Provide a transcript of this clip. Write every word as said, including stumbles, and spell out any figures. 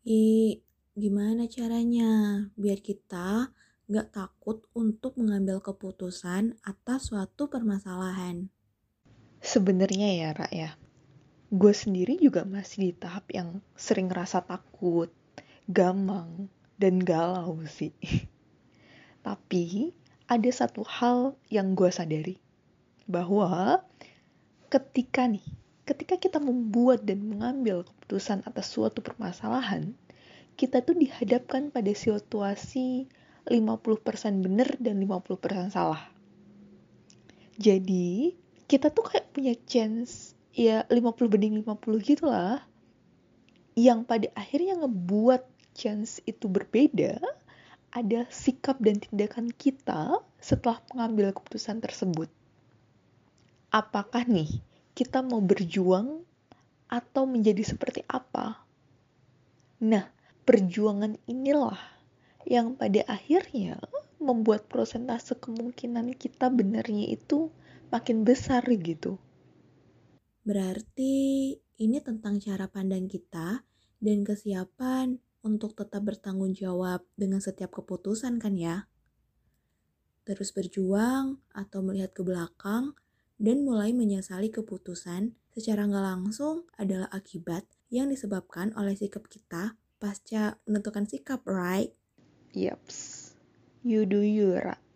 I, gimana caranya biar kita nggak takut untuk mengambil keputusan atas suatu permasalahan? Sebenarnya ya, Ra ya, gue sendiri juga masih di tahap yang sering rasa takut, gamang, dan galau sih. Tapi ada satu hal yang gue sadari, bahwa ketika nih, ketika kita membuat dan mengambil keputusan atas suatu permasalahan, kita tuh dihadapkan pada situasi lima puluh persen benar dan lima puluh persen salah. Jadi, kita tuh kayak punya chance ya lima puluh banding lima puluh gitu lah. Yang pada akhirnya ngebuat chance itu berbeda ada sikap dan tindakan kita setelah mengambil keputusan tersebut. Apakah nih kita mau berjuang atau menjadi seperti apa? Nah, perjuangan inilah yang pada akhirnya membuat persentase kemungkinan kita benarnya itu makin besar gitu. Berarti ini tentang cara pandang kita dan kesiapan untuk tetap bertanggung jawab dengan setiap keputusan kan ya? Terus berjuang atau melihat ke belakang dan mulai menyesali keputusan secara nggak langsung adalah akibat yang disebabkan oleh sikap kita pasca menentukan sikap, right? Yaps, you do you, Ra.